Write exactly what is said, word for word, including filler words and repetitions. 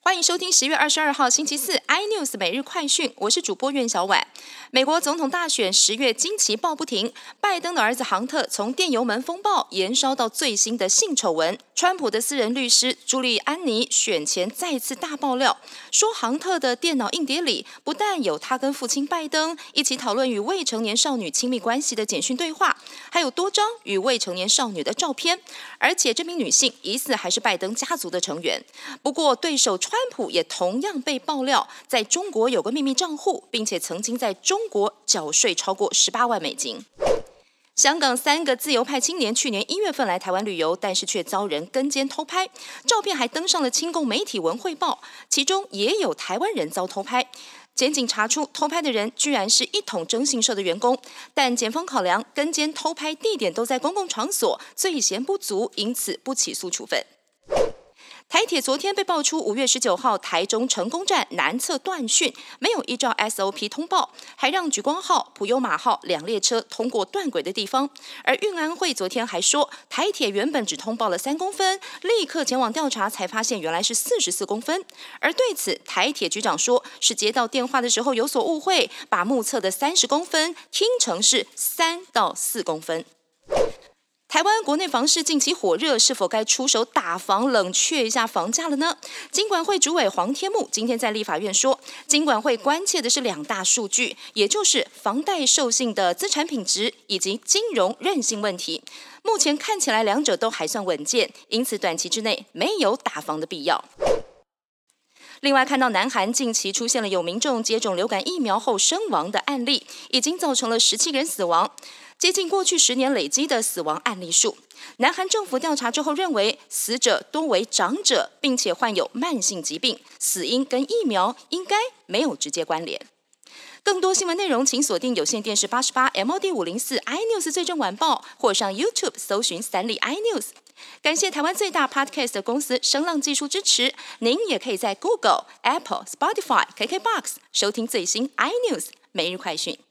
欢迎收听十月二十二号星期四 iNews 每日快讯，我是主播苑小婉。美国总统大选十月惊奇爆不停，拜登的儿子杭特从电邮门风暴延烧到最新的性丑闻，川普的私人律师朱利安尼选前再次大爆料，说杭特的电脑硬碟里不但有他跟父亲拜登一起讨论与未成年少女亲密关系的简讯对话，还有多张与未成年少女的照片，而且这名女性疑似还是拜登家族的成员。不过对手川普也同样被爆料，在中国有个秘密账户，并且曾经在中国缴税超过十八万美金。香港三个自由派青年去年一月份来台湾旅游，但是却遭人跟监偷拍，照片还登上了亲共媒体文汇报，其中也有台湾人遭偷拍。检警查出偷拍的人居然是一统征信社的员工，但检方考量跟监偷拍地点都在公共场所，罪嫌不足，因此不起诉处分。台铁昨天被爆出五月十九号台中成功站南侧断讯，没有依照 S O P 通报，还让莒光号、普悠玛号两列车通过断轨的地方。而运安会昨天还说，台铁原本只通报了三公分，立刻前往调查才发现原来是四十四公分。而对此，台铁局长说是接到电话的时候有所误会，把目测的三十公分听成是三到四公分。台湾国内房市近期火热，是否该出手打房冷却一下房价了呢？金管会主委黄天牧今天在立法院说，金管会关切的是两大数据，也就是房贷授信的资产品质以及金融韧性问题。目前看起来两者都还算稳健，因此短期之内没有打房的必要。另外，看到南韩近期出现了有民众接种流感疫苗后身亡的案例，已经造成了十七人死亡，接近过去十年累积的死亡案例数。南韩政府调查之后认为，死者多为长者，并且患有慢性疾病，死因跟疫苗应该没有直接关联。更多新闻内容，请锁定有线电视八十八 M O D 五零四 iNews 最正晚报，或上 YouTube 搜寻三立 iNews。感谢台湾最大 Podcast 的公司声浪技术支持。您也可以在 Google、Apple、Spotify、K K B O X 收听最新 iNews 每日快讯。